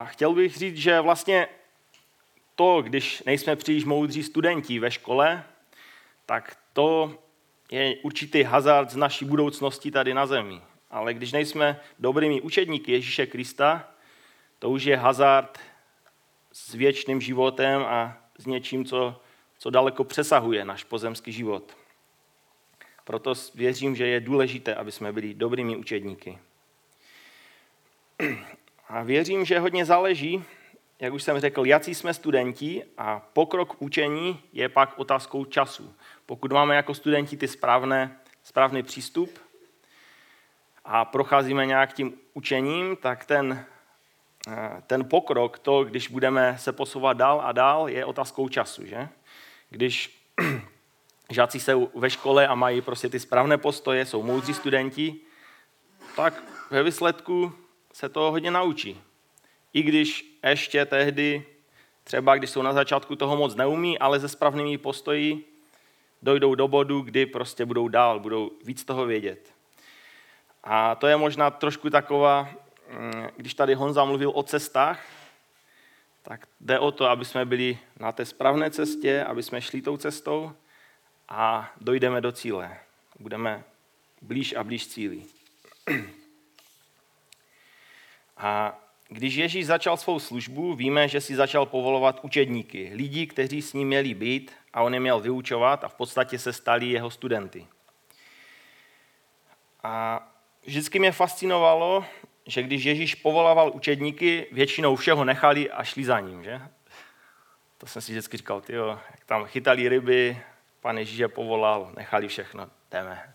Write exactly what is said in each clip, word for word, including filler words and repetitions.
chtěl bych říct, že vlastně to, když nejsme příliš moudří studenti ve škole, tak to je určitý hazard z naší budoucnosti tady na zemi. Ale když nejsme dobrými učedníky Ježíše Krista, to už je hazard s věčným životem a s něčím, co, co daleko přesahuje náš pozemský život. Proto věřím, že je důležité, aby jsme byli dobrými učedníky. A věřím, že hodně záleží, jak už jsem řekl, jací jsme studenti a pokrok v učení je pak otázkou času. Pokud máme jako studenti ty správné, správný přístup a procházíme nějak tím učením, tak ten, ten pokrok, to, když budeme se posouvat dál a dál, je otázkou času. Že? Když žáci jsou ve škole a mají prostě ty správné postoje, jsou moudří studenti, tak ve výsledku se to hodně naučí. I když ještě tehdy, třeba když jsou na začátku toho moc neumí, ale se správnými postoji dojdou do bodu, kdy prostě budou dál, budou víc toho vědět. A to je možná trošku taková, když tady Honza mluvil o cestách, tak jde o to, aby jsme byli na té správné cestě, aby jsme šli tou cestou a dojdeme do cíle. Budeme blíž a blíž cíli. A když Ježíš začal svou službu, víme, že si začal povolovat učedníky, lidi, kteří s ním měli být a on je měl vyučovat a v podstatě se stali jeho studenty. A vždycky mě fascinovalo, že když Ježíš povolával učedníky, většinou všeho nechali a šli za ním, že? To jsem si vždycky říkal, tyjo, jak tam chytali ryby, pan Ježíš je povolal, nechali všechno, jdeme.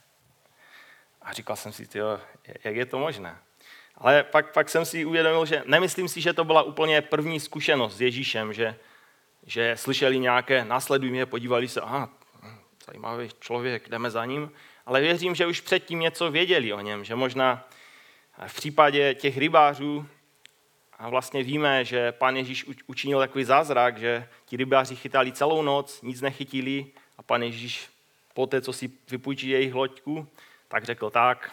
A říkal jsem si, tyjo, jak je to možné? Ale pak, pak jsem si uvědomil, že nemyslím si, že to byla úplně první zkušenost s Ježíšem, že, že slyšeli nějaké následuj mě, podívali se, aha, zajímavý člověk, jdeme za ním. Ale věřím, že už předtím něco věděli o něm, že možná v případě těch rybářů a vlastně víme, že pan Ježíš učinil takový zázrak, že ti rybáři chytali celou noc, nic nechytili a pan Ježíš poté, co si vypůjčí jejich loďku, tak řekl tak,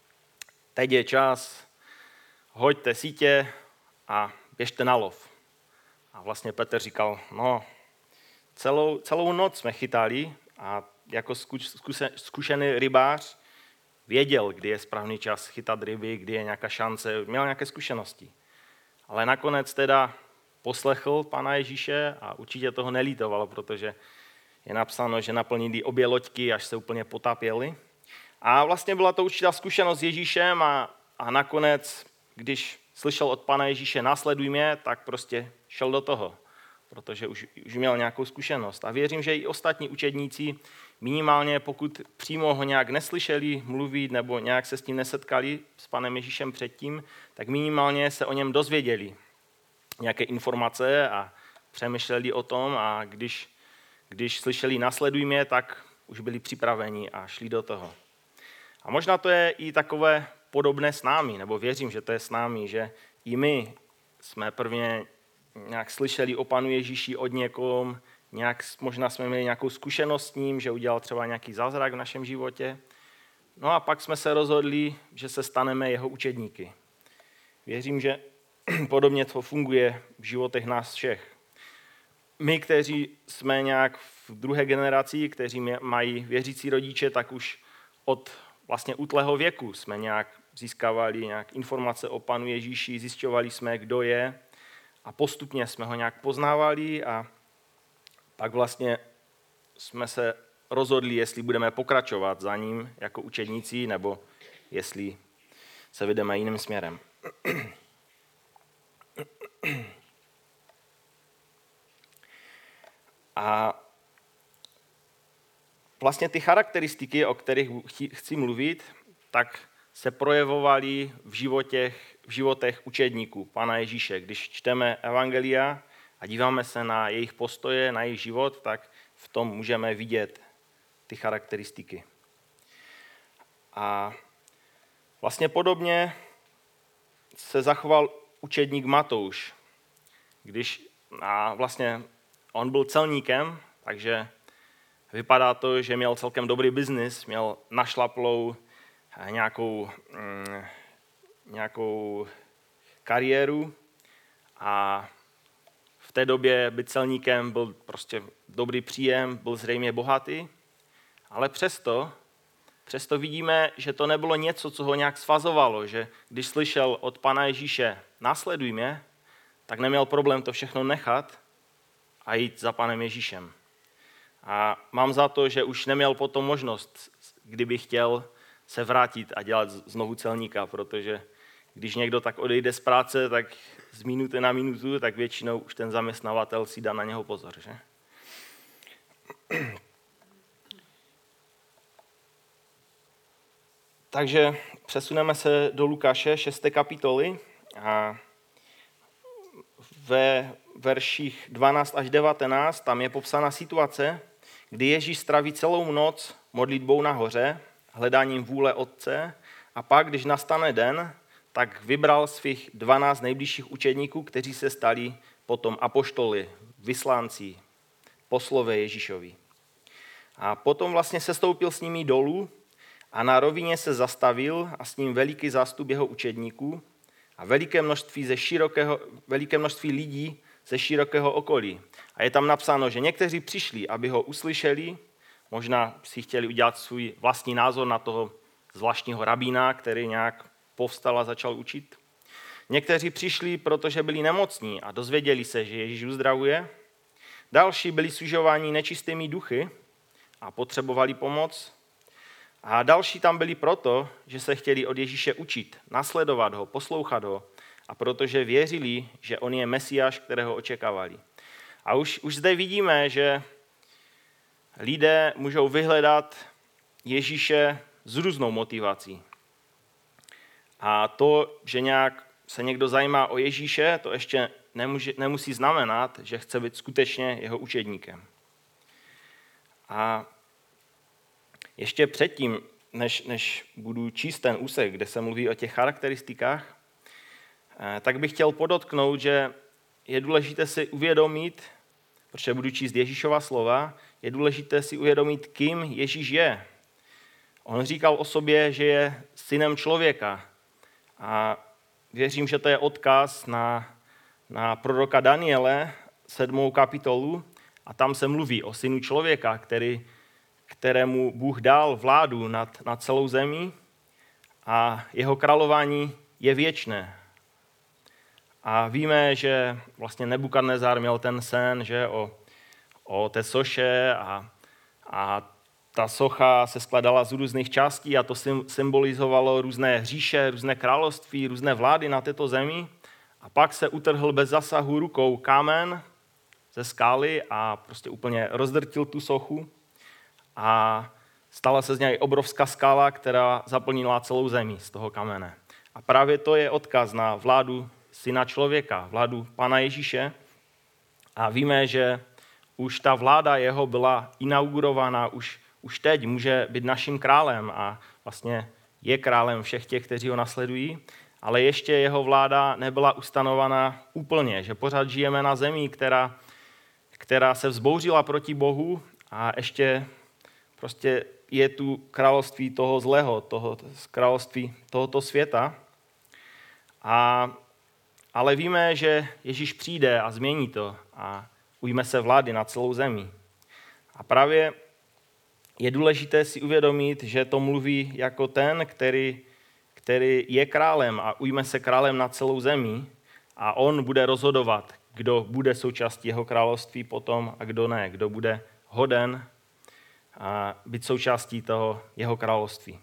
teď je čas, hoďte sítě a běžte na lov. A vlastně Petr říkal, no, celou, celou noc jsme chytali a jako zkuše, zkušený rybář věděl, kdy je správný čas chytat ryby, kdy je nějaká šance, měl nějaké zkušenosti. Ale nakonec teda poslechl pana Ježíše a určitě toho nelítoval, protože je napsáno, že naplnili obě loďky, až se úplně potápěli. A vlastně byla to určitá zkušenost s Ježíšem a, a nakonec, když slyšel od pana Ježíše následuj mě, tak prostě šel do toho, protože už, už měl nějakou zkušenost. A věřím, že i ostatní učedníci, minimálně pokud přímo ho nějak neslyšeli mluvit nebo nějak se s tím nesetkali s panem Ježíšem předtím, tak minimálně se o něm dozvěděli nějaké informace a přemýšleli o tom a když, když slyšeli následuj mě, tak už byli připraveni a šli do toho. A možná to je i takové podobné s námi, nebo věřím, že to je s námi, že i my jsme prvně nějak slyšeli o panu Ježíši od někom, nějak, možná jsme měli nějakou zkušenost s ním, že udělal třeba nějaký zázrak v našem životě. No a pak jsme se rozhodli, že se staneme jeho učedníky. Věřím, že podobně to funguje v životech nás všech. My, kteří jsme nějak v druhé generaci, kteří mají věřící rodiče, tak už od vlastně útlého věku jsme nějak získávali nějak informace o panu Ježíši, zjišťovali jsme, kdo je a postupně jsme ho nějak poznávali a pak vlastně jsme se rozhodli, jestli budeme pokračovat za ním jako učedníci, nebo jestli se vydeme jiným směrem. A vlastně ty charakteristiky, o kterých chci mluvit, tak se projevovaly v životech, v životech učedníků Pana Ježíše. Když čteme evangelia a díváme se na jejich postoje, na jejich život, tak v tom můžeme vidět ty charakteristiky. A vlastně podobně se zachoval učedník Matouš, když a vlastně on byl celníkem, takže vypadá to, že měl celkem dobrý biznis, měl našlaplou nějakou, mm, nějakou kariéru a v té době být celníkem byl prostě dobrý příjem, byl zřejmě bohatý, ale přesto, přesto vidíme, že to nebylo něco, co ho nějak svazovalo, že když slyšel od Pana Ježíše následuj mě, tak neměl problém to všechno nechat a jít za Panem Ježíšem. A mám za to, že už neměl potom možnost, kdyby chtěl se vrátit a dělat znovu celníka, protože když někdo tak odejde z práce, tak z minuty na minutu, tak většinou už ten zaměstnavatel si dá na něho pozor, že? Takže přesuneme se do Lukáše, šesté kapitoly a ve verších dvanáct až devatenáct tam je popsána situace, kdy Ježíš straví celou noc modlitbou nahoře, hledáním vůle Otce a pak, když nastane den, tak vybral svých dvanáct nejbližších učedníků, kteří se stali potom apoštoly, vyslánci, poslové Ježíšovi. A potom vlastně sestoupil s nimi dolů a na rovině se zastavil a s ním veliký zástup jeho učedníků a veliké množství, ze širokého, veliké množství lidí ze širokého okolí. A je tam napsáno, že někteří přišli, aby ho uslyšeli, možná si chtěli udělat svůj vlastní názor na toho zvláštního rabína, který nějak povstal a začal učit. Někteří přišli, protože byli nemocní a dozvěděli se, že Ježíš uzdravuje. Další byli sužováni nečistými duchy a potřebovali pomoc. A další tam byli proto, že se chtěli od Ježíše učit, nasledovat ho, poslouchat ho a protože věřili, že on je Mesiáš, kterého očekávali. A už, už zde vidíme, že lidé můžou vyhledat Ježíše s různou motivací. A to, že nějak se někdo zajímá o Ježíše, to ještě nemůže, nemusí znamenat, že chce být skutečně jeho učedníkem. A ještě předtím, než, než budu číst ten úsek, kde se mluví o těch charakteristikách, tak bych chtěl podotknout, že je důležité si uvědomit, protože budu číst Ježíšova slova, je důležité si uvědomit, kým Ježíš je. On říkal o sobě, že je synem člověka. A věřím, že to je odkaz na, na proroka Daniele, sedmou kapitolu, a tam se mluví o synu člověka, který, kterému Bůh dal vládu nad, nad celou zemí a jeho králování je věčné. A víme, že vlastně Nebukadnezar měl ten sen, že o, o té soše a, a ta socha se skladala z různých částí a to symbolizovalo různé říše, různé království, různé vlády na této zemi. A pak se utrhl bez zasahu rukou kámen ze skály a prostě úplně rozdrtil tu sochu. A stala se z něj obrovská skála, která zaplnila celou zemi z toho kamene. A právě to je odkaz na vládu syna člověka, vládu Pana Ježíše. A víme, že už ta vláda jeho byla inaugurovaná, už, už teď může být naším králem a vlastně je králem všech těch, kteří ho nasledují, ale ještě jeho vláda nebyla ustanovaná úplně, že pořád žijeme na zemi, která, která se vzbouřila proti Bohu a ještě prostě je tu království toho zlého, toho, království tohoto světa. A, ale víme, že Ježíš přijde a změní to a ujme se vlády nad celou zemí. A právě je důležité si uvědomit, že to mluví jako ten, který, který je králem a ujme se králem nad celou zemí a on bude rozhodovat, kdo bude součástí jeho království potom a kdo ne, kdo bude hoden a být součástí toho jeho království.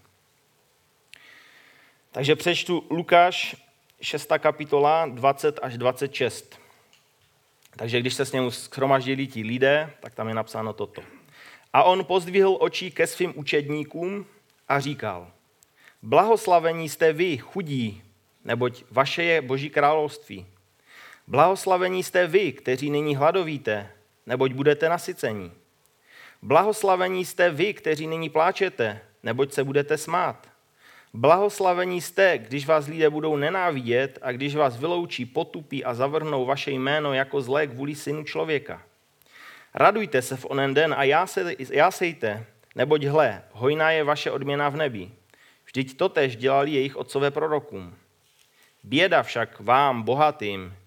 Takže přečtu Lukáš, šestá kapitola, dvacet až dvacet šest. Takže když se s němu shromaždili ti lidé, tak tam je napsáno toto. A on pozdvihl oči ke svým učedníkům a říkal, blahoslavení jste vy, chudí, neboť vaše je Boží království. Blahoslavení jste vy, kteří nyní hladovíte, neboť budete nasyceni. Blahoslavení jste vy, kteří nyní pláčete, neboť se budete smát. Blahoslavení jste, když vás lidé budou nenávidět a když vás vyloučí, potupí a zavrhnou vaše jméno jako zlé kvůli synu člověka. Radujte se v onen den a jásejte, neboť hle, hojná je vaše odměna v nebi. Vždyť totéž dělali jejich otcové prorokům. Běda však vám, bohatým,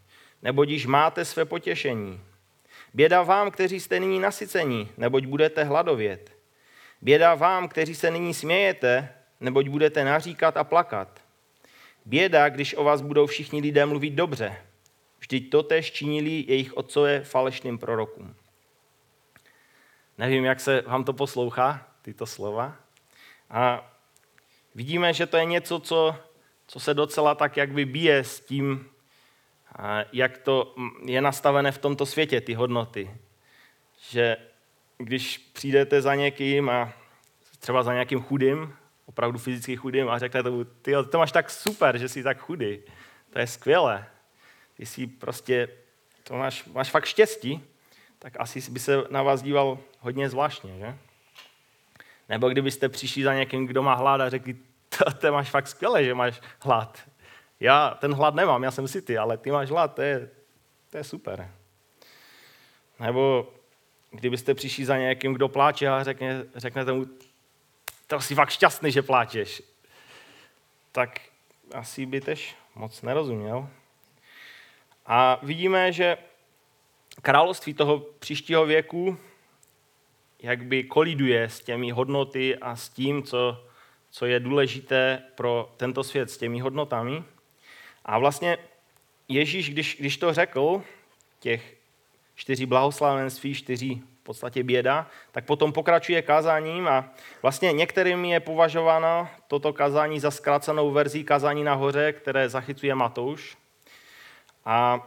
neboť již máte své potěšení. Běda vám, kteří jste nyní nasyceni, neboť budete hladovět. Běda vám, kteří se nyní smějete, neboť budete naříkat a plakat. Běda, když o vás budou všichni lidé mluvit dobře. Vždyť totéž činili jejich otcové falešným prorokům. Nevím, jak se vám to poslouchá, tyto slova. A vidíme, že to je něco, co, co se docela tak jakby bije s tím, jak to je nastavené v tomto světě, ty hodnoty. Že když přijdete za někým a třeba za nějakým chudým, opravdu fyzicky chudým a řeknete mu, ty to máš tak super, že jsi tak chudý, to je skvělé. Ty jsi prostě, to máš, máš fakt štěstí, tak asi by se na vás díval hodně zvláštně, že? Nebo kdybyste přišli za někým, kdo má hlad a řekli, to, to máš fakt skvělé, že máš hlad. Já ten hlad nemám, já jsem sytý, ale ty máš hlad, to je, to je super. Nebo kdybyste přišli za někým, kdo pláče a řekne, řeknete mu, to jsi fakt šťastný, že pláčeš. Tak asi by tež moc nerozuměl. A vidíme, že království toho příštího věku jak by koliduje s těmi hodnoty a s tím, co, co je důležité pro tento svět, s těmi hodnotami. A vlastně Ježíš, když, když to řekl, těch čtyři blahoslavenství, čtyři v podstatě běda, tak potom pokračuje kázáním a vlastně některými je považováno toto kázání za zkrácenou verzi kázání nahoře, které zachycuje Matouš. A,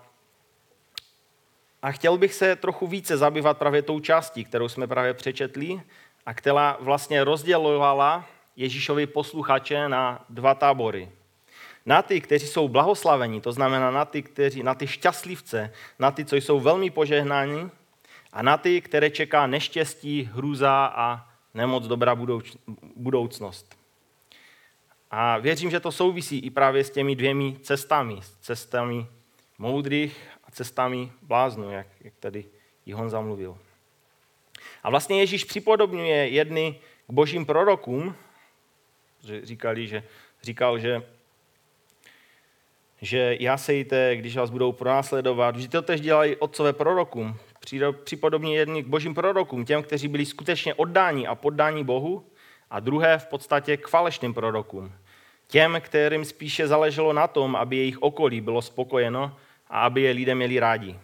a chtěl bych se trochu více zabývat právě tou částí, kterou jsme právě přečetli a která vlastně rozdělovala Ježíšovi posluchače na dva tábory. Na ty, kteří jsou blahoslavení, to znamená na ty, kteří, na ty šťastlivce, na ty, co jsou velmi požehnáni, a na ty, které čeká neštěstí, hrůza a nemoc dobrá budoucnost. A věřím, že to souvisí i právě s těmi dvěmi cestami, s cestami moudrých a cestami bláznů, jak, jak tady Jihon zamluvil. A vlastně Ježíš připodobňuje jedny k božím prorokům, že říkali, že, říkal, že že jásejte, když vás budou pronásledovat. Vždy to tež dělají otcové prorokům. Připodobně jedni k božím prorokům, těm, kteří byli skutečně oddáni a poddání Bohu, a druhé v podstatě k falešným prorokům. Těm, kterým spíše záleželo na tom, aby jejich okolí bylo spokojeno a aby je lidé měli rádi.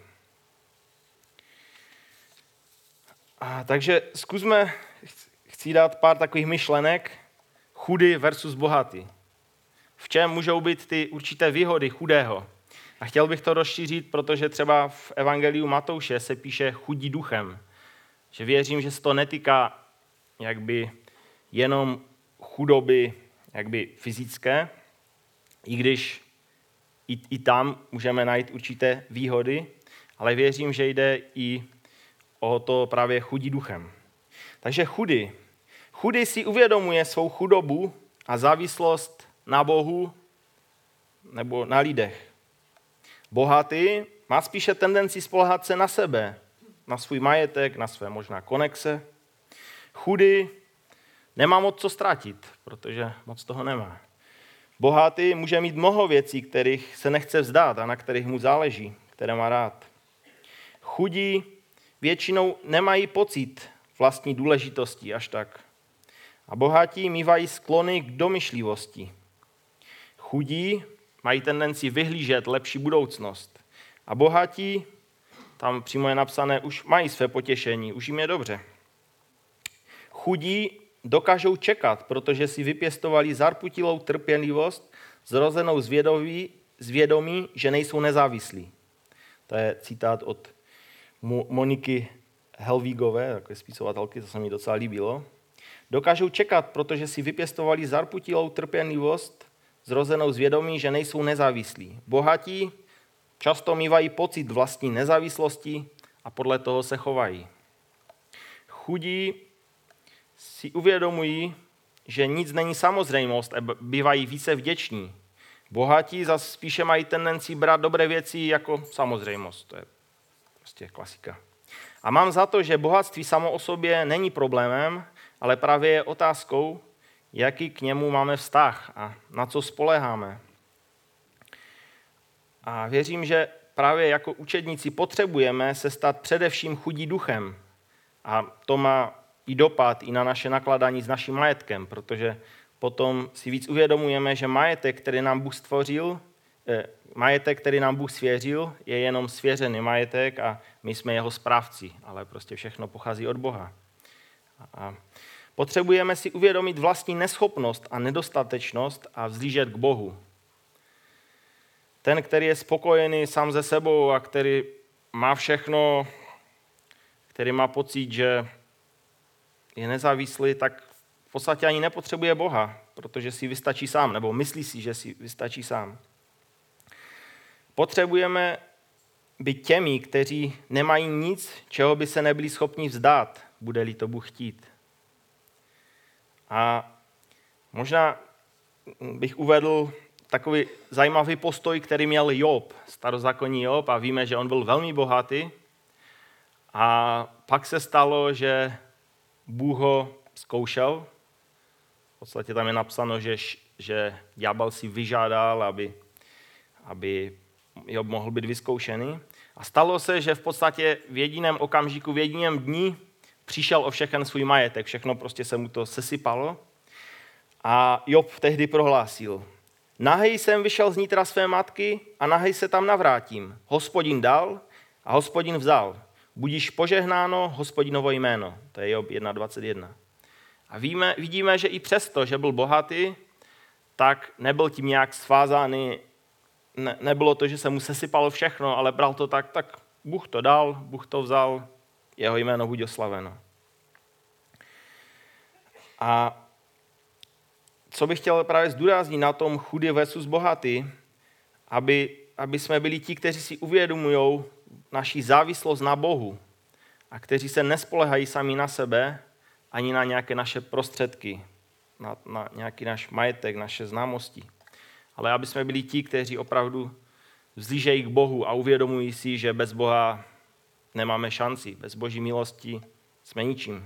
A takže zkusme, chci dát pár takových myšlenek, chudý versus bohatý. V čem můžou být ty určité výhody chudého? A chtěl bych to rozšířit, protože třeba v Evangeliu Matouše se píše chudí duchem. Že věřím, že se to netýká jakby jenom chudoby jakby fyzické, i když i, i tam můžeme najít určité výhody, ale věřím, že jde i o to právě chudí duchem. Takže chudý. Chudý si uvědomuje svou chudobu a závislost na Bohu nebo na lidech. Bohatý má spíše tendenci spoléhat se na sebe, na svůj majetek, na své možná konexe. Chudý nemá moc co ztratit, protože moc toho nemá. Bohatý může mít mnoho věcí, kterých se nechce vzdát a na kterých mu záleží, které má rád. Chudí většinou nemají pocit vlastní důležitosti až tak. A bohatí mívají sklony k domyšlivosti. Chudí mají tendenci vyhlížet lepší budoucnost. A bohatí, tam přímo je napsané, už mají své potěšení, už jim je dobře. Chudí dokážou čekat, protože si vypěstovali zarputilou trpělivost, zrozenou z vědomí, z vědomí, že nejsou nezávislí. To je citát od Moniky Helvígové, takové spisovatelky, to se mi docela líbilo. Dokážou čekat, protože si vypěstovali zarputilou trpělivost, zrozenou z vědomí, že nejsou nezávislí. Bohatí často mívají pocit vlastní nezávislosti a podle toho se chovají. Chudí si uvědomují, že nic není samozřejmost a bývají více vděční. Bohatí zase spíše mají tendenci brát dobré věci jako samozřejmost. To je prostě klasika. A mám za to, že bohatství samo o sobě není problémem, ale právě je otázkou, jaký k němu máme vztah a na co spoléháme. A věřím, že právě jako učedníci potřebujeme se stát především chudí duchem. A to má i dopad i na naše nakládání s naším majetkem, protože potom si víc uvědomujeme, že majetek, který nám Bůh stvořil, eh, majetek, který nám Bůh svěřil, je jenom svěřený majetek a my jsme jeho správci, ale prostě všechno pochází od Boha. A potřebujeme si uvědomit vlastní neschopnost a nedostatečnost a vzlížet k Bohu. Ten, který je spokojený sám se sebou a který má všechno, který má pocit, že je nezávislý, tak v podstatě ani nepotřebuje Boha, protože si vystačí sám, nebo myslí si, že si vystačí sám. Potřebujeme být těmi, kteří nemají nic, čeho by se nebyli schopni vzdát, bude-li to Bůh chtít. A možná bych uvedl takový zajímavý postoj, který měl Job, starozákonní Job, a víme, že on byl velmi bohatý. A pak se stalo, že Bůh ho zkoušel. V podstatě tam je napsáno, že, že ďábel si vyžádal, aby, aby Job mohl být vyzkoušený. A stalo se, že v podstatě v jediném okamžiku, v jediném dni přišel o všechen svůj majetek. Všechno prostě se mu to sesypalo. A Job tehdy prohlásil: Nahej jsem vyšel z nitra své matky a nahej se tam navrátím. Hospodin dal a Hospodin vzal. Budíš požehnáno Hospodinovo jméno. To je Job jedna dvacet jedna. A víme, vidíme, že i přesto, že byl bohatý, tak nebyl tím nějak svázaný. Ne, nebylo to, že se mu sesypalo všechno, ale bral to tak, tak Bůh to dal, Bůh to vzal, jeho jméno buď oslaveno. A co bych chtěl právě zdůraznit na tom chudý versus bohatý, aby, aby jsme byli ti, kteří si uvědomují naši závislost na Bohu a kteří se nespolehají sami na sebe ani na nějaké naše prostředky, na, na nějaký náš majetek, naše známosti. Ale aby jsme byli ti, kteří opravdu vzlížejí k Bohu a uvědomují si, že bez Boha nemáme šanci, bez Boží milosti jsme ničím.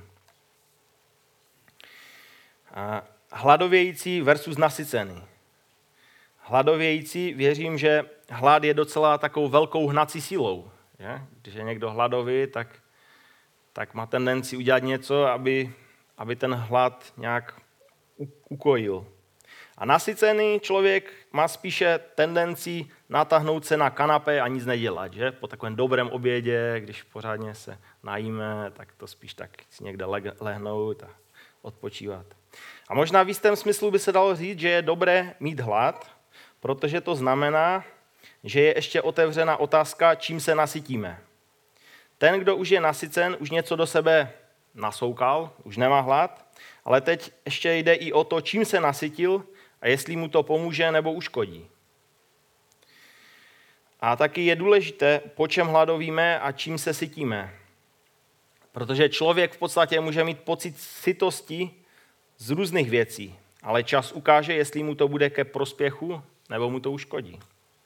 A hladovějící versus nasycený. Hladovějící, věřím, že hlad je docela takovou velkou hnací silou. Že? Když je někdo hladový, tak, tak má tendenci udělat něco, aby, aby ten hlad nějak ukojil. A nasycený člověk má spíše tendenci natáhnout se na kanapé a nic nedělat. Že? Po takovém dobrém obědě, když pořádně se najíme, tak to spíš tak si někde lehnout a odpočívat. A možná v jistém smyslu by se dalo říct, že je dobré mít hlad, protože to znamená, že je ještě otevřena otázka, čím se nasytíme. Ten, kdo už je nasycen, už něco do sebe nasoukal, už nemá hlad, ale teď ještě jde i o to, čím se nasytil a jestli mu to pomůže nebo uškodí. A taky je důležité, po čem hladovíme a čím se sytíme. Protože člověk v podstatě může mít pocit sytosti z různých věcí, ale čas ukáže, jestli mu to bude ke prospěchu nebo mu to uškodí.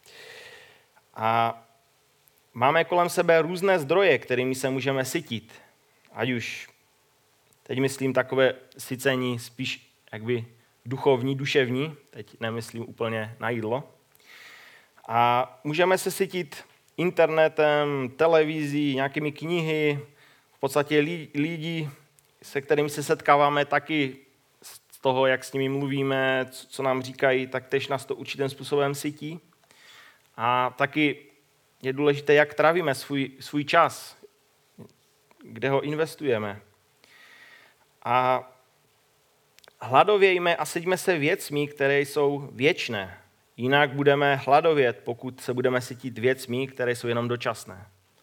A máme kolem sebe různé zdroje, kterými se můžeme sytit. Ať už, teď myslím takové sycení spíš jakby duchovní, duševní, teď nemyslím úplně na jídlo. A můžeme se sytit internetem, televizí, nějakými knihy, v podstatě lidi, se kterými se setkáváme, taky z toho, jak s nimi mluvíme, co nám říkají, tak tež nás to určitým způsobem sytí. A taky je důležité, jak trávíme svůj, svůj čas, kde ho investujeme. A hladovějme a seďme se věcmi, které jsou věčné. Jinak budeme hladovět, pokud se budeme sytit věcmi, které jsou jenom dočasné.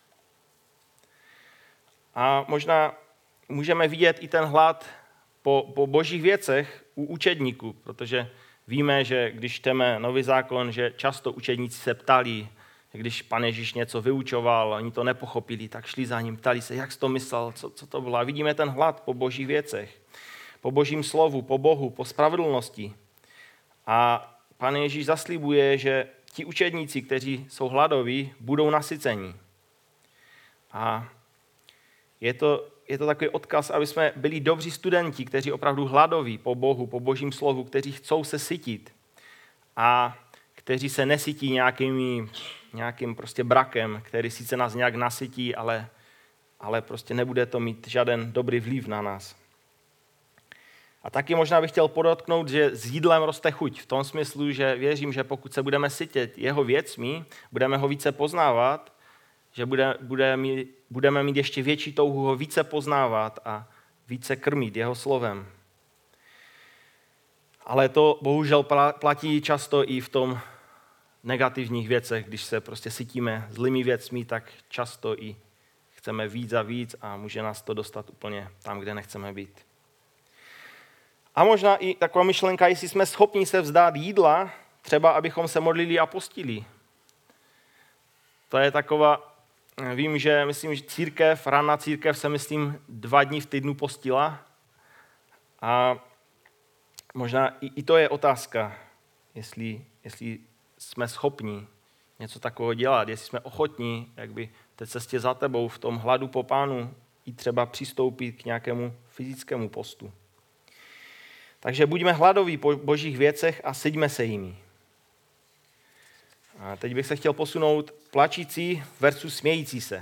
A možná můžeme vidět i ten hlad po, po božích věcech u učedníků, protože víme, že když čteme Nový zákon, že často učedníci se ptali, když Pan Ježíš něco vyučoval, oni to nepochopili, tak šli za ním, ptali se, jak jsi to myslel, co, co to bylo. A vidíme ten hlad po božích věcech, po božím slovu, po Bohu, po spravedlnosti. A Pan Ježíš zaslibuje, že ti učedníci, kteří jsou hladoví, budou nasyceni. A je to, je to takový odkaz, aby jsme byli dobří studenti, kteří opravdu hladoví po Bohu, po božím slovu, kteří chcou se sytit a kteří se nesytí nějakými, nějakým prostě brakem, který sice nás nějak nasytí, ale, ale prostě nebude to mít žádný dobrý vliv na nás. A taky možná bych chtěl podotknout, že s jídlem roste chuť. V tom smyslu, že věřím, že pokud se budeme sytit jeho věcmi, budeme ho více poznávat, že bude, bude mít, budeme mít ještě větší touhu ho více poznávat a více krmit jeho slovem. Ale to bohužel platí často i v tom negativních věcech. Když se prostě sytíme zlými věcmi, tak často i chceme víc a víc a může nás to dostat úplně tam, kde nechceme být. A možná i taková myšlenka, jestli jsme schopni se vzdát jídla, třeba abychom se modlili a postili. To je taková, vím, že myslím, že církev, ranná církev se myslím dva dní v týdnu postila. A možná i, i to je otázka, jestli, jestli jsme schopni něco takového dělat, jestli jsme ochotní, jak by té cestě za tebou v tom hladu po Pánu i třeba přistoupit k nějakému fyzickému postu. Takže buďme hladoví po božích věcech a syďme se jimi. A teď bych se chtěl posunout plačící versus smějící se.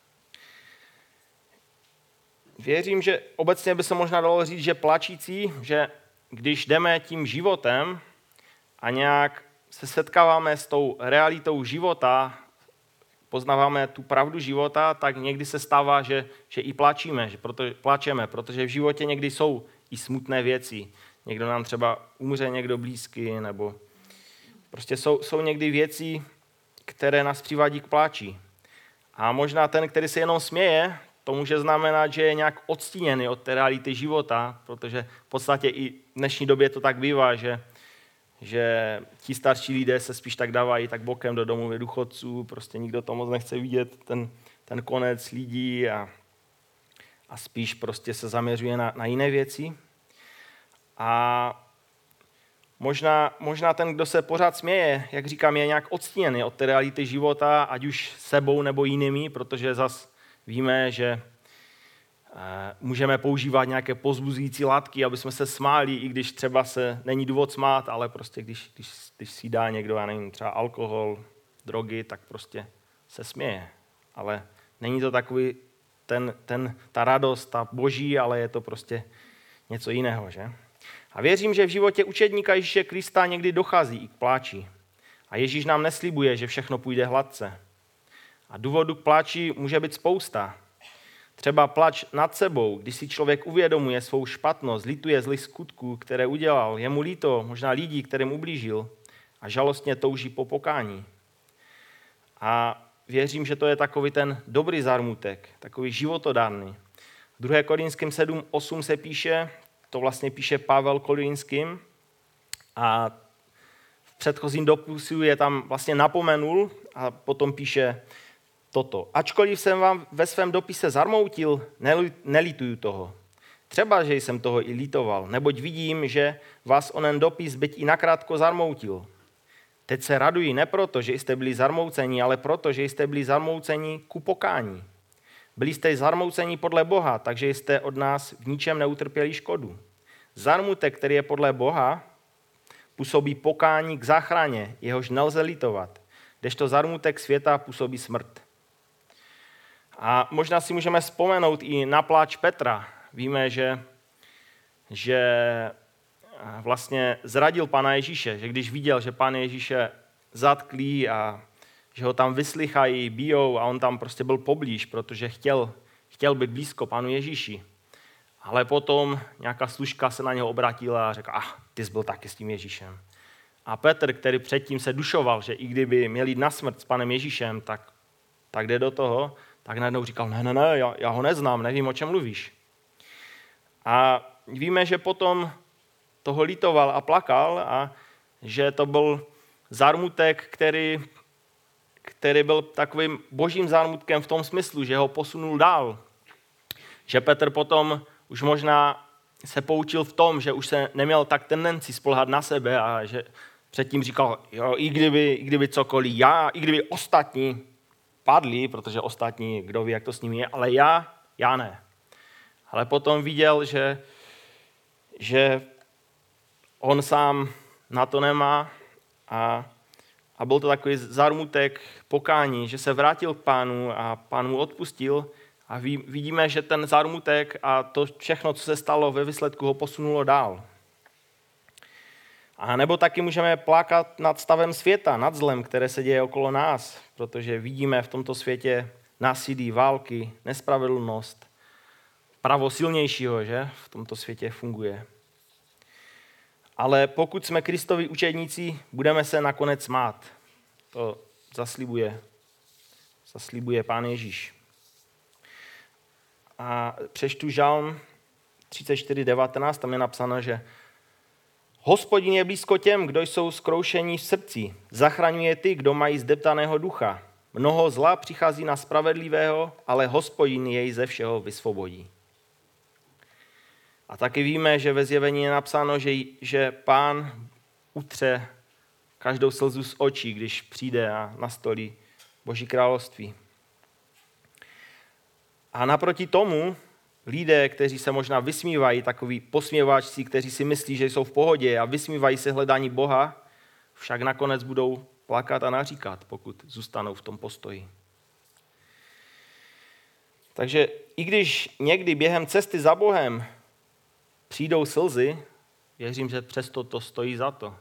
Věřím, že obecně by se možná dalo říct, že plačící, že když jdeme tím životem a nějak se setkáváme s tou realitou života, poznáváme tu pravdu života, tak někdy se stává, že, že i plačíme, že proto, plačeme, protože v životě někdy jsou i smutné věci. Někdo nám třeba umře, někdo blízký, nebo prostě jsou, jsou někdy věci, které nás přivádí k pláči. A možná ten, který se jenom směje, to může znamenat, že je nějak odstíněný od té reality života, protože v podstatě i v dnešní době to tak bývá, že, že ti starší lidé se spíš tak dávají tak bokem do domu důchodců, prostě nikdo to moc nechce vidět, ten, ten konec lidí a, a spíš prostě se zaměřuje na, na jiné věci. A možná, možná ten, kdo se pořád směje, jak říkám, je nějak odstíněný od té reality života, ať už sebou nebo jinými, protože zas víme, že můžeme používat nějaké povzbuzující látky, aby jsme se smáli, i když třeba se není důvod smát, ale prostě když, když, když si dá někdo, já nevím, třeba alkohol, drogy, tak prostě se směje. Ale není to takový ten, ten, ta radost, ta boží, ale je to prostě něco jiného, že? A věřím, že v životě učedníka Ježíše Krista někdy dochází i k pláči. A Ježíš nám neslibuje, že všechno půjde hladce. A důvodů k pláči může být spousta. Třeba pláč nad sebou, když si člověk uvědomuje svou špatnost, lituje zlých skutků, které udělal, je mu líto, možná lidí, kterým ublížil a žalostně touží po pokání. A věřím, že to je takový ten dobrý zármutek, takový životodárný. V druhé Korinským sedm osm se píše, to vlastně píše Pavel Korinským a v předchozím dopisu je tam vlastně napomenul a potom píše toto. Ačkoliv jsem vám ve svém dopise zarmoutil, nelituju toho. Třeba, že jsem toho i litoval, neboť vidím, že vás onen dopis byť i nakrátko zarmoutil. Teď se raduji ne proto, že jste byli zarmouceni, ale proto, že jste byli zarmouceni ku pokání. Byli jste zarmouceni podle Boha, takže jste od nás v ničem neutrpěli škodu. Zarmutek, který je podle Boha, působí pokání k záchraně, jehož nelze litovat, kdežto zarmutek světa působí smrt. A možná si můžeme vzpomenout i na pláč Petra. Víme, že, že vlastně zradil Pana Ježíše, že když viděl, že Pán Ježíše zatklí a že ho tam vyslychají, bijou a on tam prostě byl poblíž, protože chtěl, chtěl být blízko Pánu Ježíši. Ale potom nějaká služka se na něho obrátila a řekla, ah, ty jsi byl taky s tím Ježíšem. A Petr, který předtím se dušoval, že i kdyby měl jít na smrt s Panem Ježíšem, tak, tak jde do toho, tak najednou říkal, ne, ne, ne, já, já ho neznám, nevím, o čem mluvíš. A víme, že potom toho litoval a plakal a že to byl zármutek, který, který byl takovým božím zármutkem v tom smyslu, že ho posunul dál. Že Petr potom už možná se poučil v tom, že už se neměl tak tendenci spolhat na sebe a že předtím říkal, jo, i kdyby, i kdyby cokoliv, já, i kdyby ostatní padli, protože ostatní, kdo ví, jak to s nimi je, ale já, já ne. Ale potom viděl, že, že on sám na to nemá a, A byl to takový zármutek pokání, že se vrátil k Pánu a Pán mu odpustil. A vidíme, že ten zármutek a to všechno, co se stalo ve výsledku, ho posunulo dál. A nebo taky můžeme plákat nad stavem světa, nad zlem, které se děje okolo nás, protože vidíme v tomto světě násilí, války, nespravedlnost. Pravo silnějšího, že v tomto světě funguje. Ale pokud jsme Kristovi učedníci, budeme se nakonec smát. To zaslibuje, zaslibuje Pán Ježíš. A přečtu Žalm třicet čtyři devatenáct, tam je napsáno, že Hospodin je blízko těm, kdo jsou zkroušení v srdci. Zachraňuje ty, kdo mají zdeptaného ducha. Mnoho zla přichází na spravedlivého, ale Hospodin jej ze všeho vysvobodí. A taky víme, že ve Zjevení je napsáno, že, že Pán utře každou slzu z očí, když přijde a nastolí Boží království. A naproti tomu lidé, kteří se možná vysmívají, takoví posměváčci, kteří si myslí, že jsou v pohodě a vysmívají se hledání Boha, však nakonec budou plakat a naříkat, pokud zůstanou v tom postoji. Takže i když někdy během cesty za Bohem přijdou slzy, věřím, že přesto to stojí za to.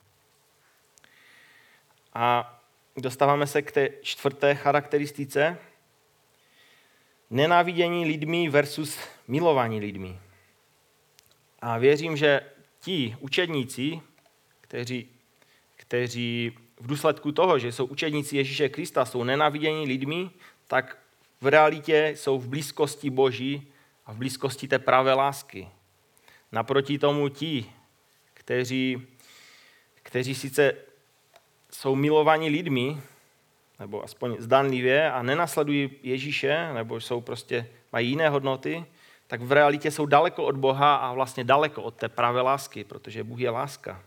A dostáváme se k té čtvrté charakteristice. Nenávidění lidmi versus milování lidmi. A věřím, že ti učedníci, kteří, kteří v důsledku toho, že jsou učedníci Ježíše Krista, jsou nenávidění lidmi, tak v realitě jsou v blízkosti Boží a v blízkosti té pravé lásky. Naproti tomu ti, kteří, kteří sice jsou milovaní lidmi, nebo aspoň zdanlivě a nenasledují Ježíše, nebo jsou prostě, mají jiné hodnoty, tak v realitě jsou daleko od Boha a vlastně daleko od té pravé lásky, protože Bůh je láska.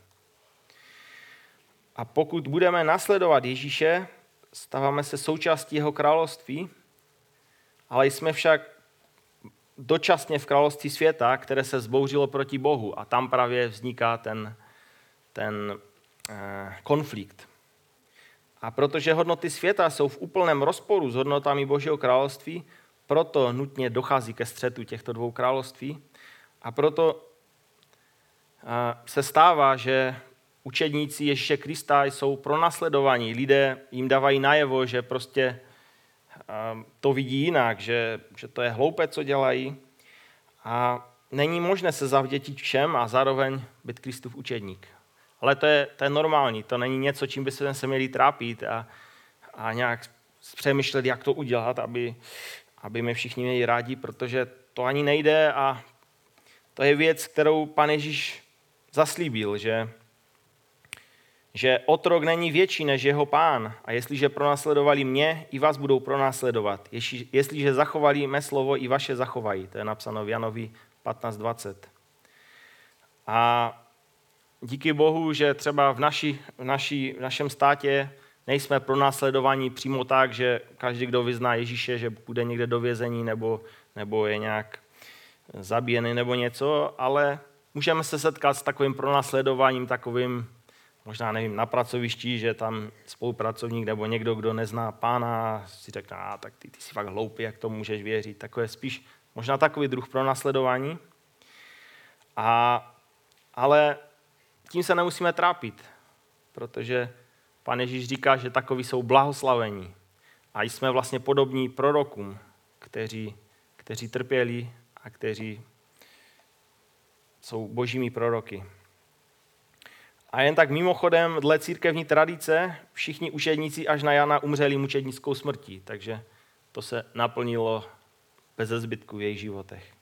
A pokud budeme nasledovat Ježíše, stáváme se součástí jeho království, ale jsme však dočasně v království světa, které se zbouřilo proti Bohu a tam právě vzniká ten, ten eh, konflikt. A protože hodnoty světa jsou v úplném rozporu s hodnotami Božího království, proto nutně dochází ke střetu těchto dvou království. A proto se stává, že učedníci Ježíše Krista jsou pronásledovaní. Lidé jim dávají najevo, že prostě to vidí jinak, že, že to je hloupé, co dělají. A není možné se zavděčit všem a zároveň být Kristův učedník. Ale to je, to je normální, to není něco, čím by se měli trápit a, a nějak přemýšlet, jak to udělat, aby, aby my všichni měli rádi, protože to ani nejde a to je věc, kterou Pan Ježíš zaslíbil, že, že otrok není větší než jeho pán a jestliže pronásledovali mě, i vás budou pronásledovat. Jestliže zachovali mé slovo, i vaše zachovají. To je napsáno v Janovi patnáct dvacet. A díky Bohu, že třeba v, naši, v, naši, v našem státě nejsme pronásledovaní přímo tak, že každý, kdo vyzná Ježíše, že bude někde do vězení nebo, nebo je nějak zabíjený nebo něco, ale můžeme se setkat s takovým pronásledováním, takovým, možná nevím, na pracovišti, že tam spolupracovník nebo někdo, kdo nezná Pána, si řekne, a tak ty, ty jsi fakt hloupý, jak tomu můžeš věřit. Takové spíš možná takový druh pronásledování. A, ale tím se nemusíme trápit, protože Pán Ježíš říká, že takoví jsou blahoslavení. A jsme vlastně podobní prorokům, kteří, kteří trpěli a kteří jsou božími proroky. A jen tak mimochodem, dle církevní tradice, všichni učedníci až na Jana umřeli mučednickou smrtí, takže to se naplnilo bez zbytku v jejich životech.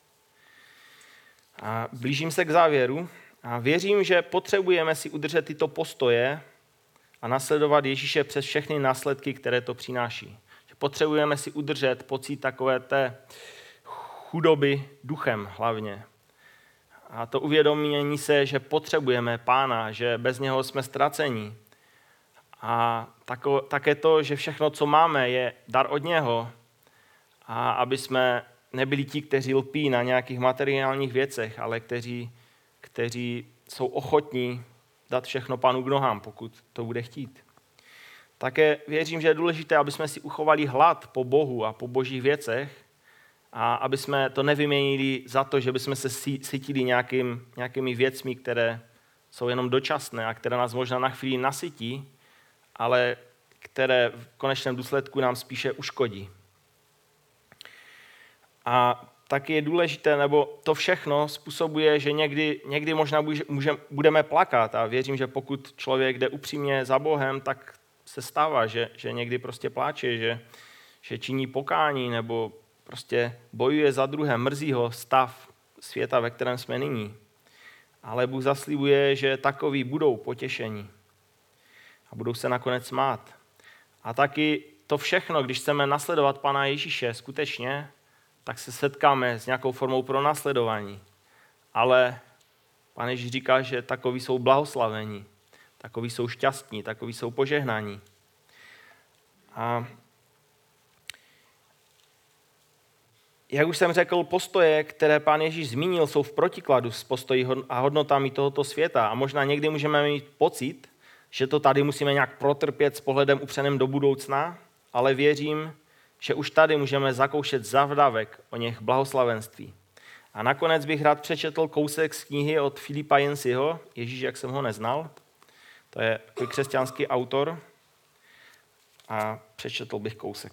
A blížím se k závěru a věřím, že potřebujeme si udržet tyto postoje a nasledovat Ježíše přes všechny následky, které to přináší. Že potřebujeme si udržet pocit takové té chudoby duchem hlavně. A to uvědomění se, že potřebujeme Pána, že bez něho jsme ztraceni. A tako, také to, že všechno, co máme, je dar od něho. A aby jsme nebyli ti, kteří lpí na nějakých materiálních věcech, ale kteří, kteří jsou ochotní dát všechno Pánu k nohám, pokud to bude chtít. Také věřím, že je důležité, aby jsme si uchovali hlad po Bohu a po božích věcech a aby jsme to nevyměnili za to, že bychom se sytili nějakým, nějakými věcmi, které jsou jenom dočasné a které nás možná na chvíli nasytí, ale které v konečném důsledku nám spíše uškodí. A taky je důležité, nebo to všechno způsobuje, že někdy, někdy možná může, budeme plakat a věřím, že pokud člověk jde upřímně za Bohem, tak se stává, že, že někdy prostě pláče, že, že činí pokání nebo prostě bojuje za druhé, mrzí ho stav světa, ve kterém jsme nyní. Ale Bůh zaslibuje, že takoví budou potěšení a budou se nakonec smát. A taky to všechno, když chceme nasledovat Pana Ježíše skutečně, tak se setkáme s nějakou formou pronásledování. Ale Pán Ježíš říká, že takoví jsou blahoslavení, takoví jsou šťastní, takoví jsou požehnaní. A jak už jsem řekl, postoje, které Pán Ježíš zmínil, jsou v protikladu s postoji a hodnotami tohoto světa. A možná někdy můžeme mít pocit, že to tady musíme nějak protrpět s pohledem upřeným do budoucna, ale věřím, že už tady můžeme zakoušet zavdavek o něch blahoslavenství. A nakonec bych rád přečetl kousek z knihy od Filipa Yanceyho, Ježíš, jak jsem ho neznal. To je křesťanský autor. A přečetl bych kousek.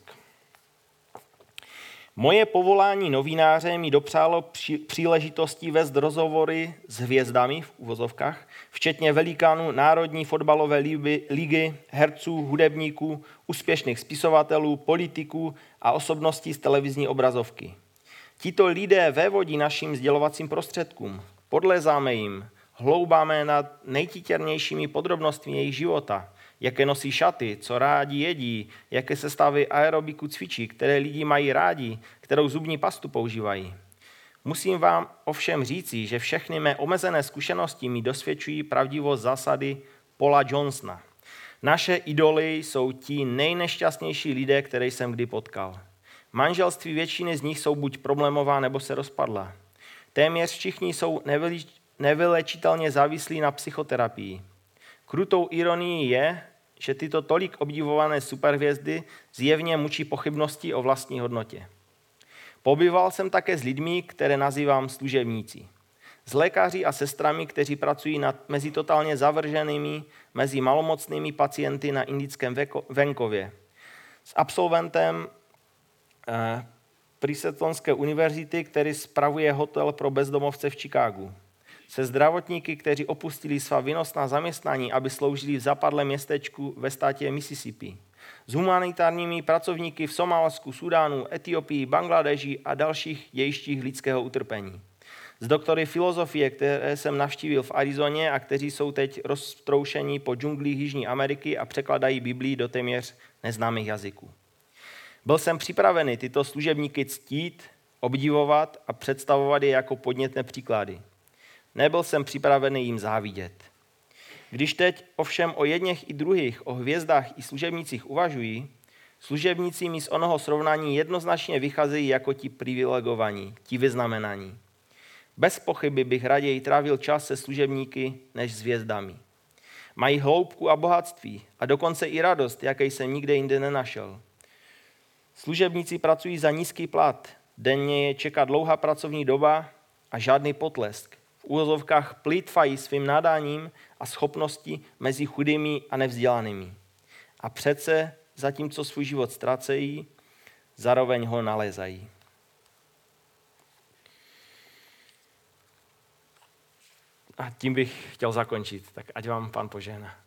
Moje povolání novináře mi dopřálo při, příležitostí vést rozhovory s hvězdami v uvozovkách, včetně velikánů Národní fotbalové ligy, herců, hudebníků, úspěšných spisovatelů, politiků a osobností z televizní obrazovky. Tito lidé vévodí našim sdělovacím prostředkům. Podlézáme jim, hloubáme nad nejtitěrnějšími podrobnostmi jejich života, jaké nosí šaty, co rádi jedí, jaké sestavy aerobiku cvičí, které lidi mají rádi, kterou zubní pastu používají. Musím vám ovšem říci, že všechny mé omezené zkušenosti mi dosvědčují pravdivost zásady Paula Johnsona. Naše idoly jsou ti nejnešťastnější lidé, které jsem kdy potkal. Manželství většiny z nich jsou buď problémová, nebo se rozpadla. Téměř všichni jsou nevylečitelně závislí na psychoterapii. Krutou ironií je, že tyto tolik obdivované superhvězdy zjevně mučí pochybnosti o vlastní hodnotě. Pobýval jsem také s lidmi, které nazývám služebníci. S lékaři a sestrami, kteří pracují nad, mezi totálně zavrženými, mezi malomocnými pacienty na indickém venkově. S absolventem eh, Princetonské univerzity, který spravuje hotel pro bezdomovce v Chicagu. Se zdravotníky, kteří opustili svá výnosná zaměstnání, aby sloužili v zapadlém městečku ve státě Mississippi. S humanitárními pracovníky v Somálsku, Sudánu, Etiopii, Bangladeži a dalších dějištích lidského utrpení. S doktory filozofie, které jsem navštívil v Arizoně a kteří jsou teď roztroušení po džunglích Jižní Ameriky a překladají Biblii do téměř neznámých jazyků. Byl jsem připravený tyto služebníky ctít, obdivovat a představovat je jako podnětné příklady. Nebyl jsem připravený jim závidět. Když teď ovšem o jedněch i druhých, o hvězdách i služebnicích uvažují, služebníci mi z onoho srovnání jednoznačně vycházejí jako ti privilegovaní, ti vyznamenaní. Bez pochyby bych raději trávil čas se služebníky než s hvězdami. Mají hloubku a bohatství a dokonce i radost, jaké jsem nikde jinde nenašel. Služebníci pracují za nízký plat, denně je čeká dlouhá pracovní doba a žádný potlesk. V úvozovkách plýtvají svým nadáním a schopností mezi chudými a nevzdělanými. A přece, zatímco svůj život ztrácejí, zároveň ho nalézají. A tím bych chtěl zakončit, tak ať vám Pán požehná.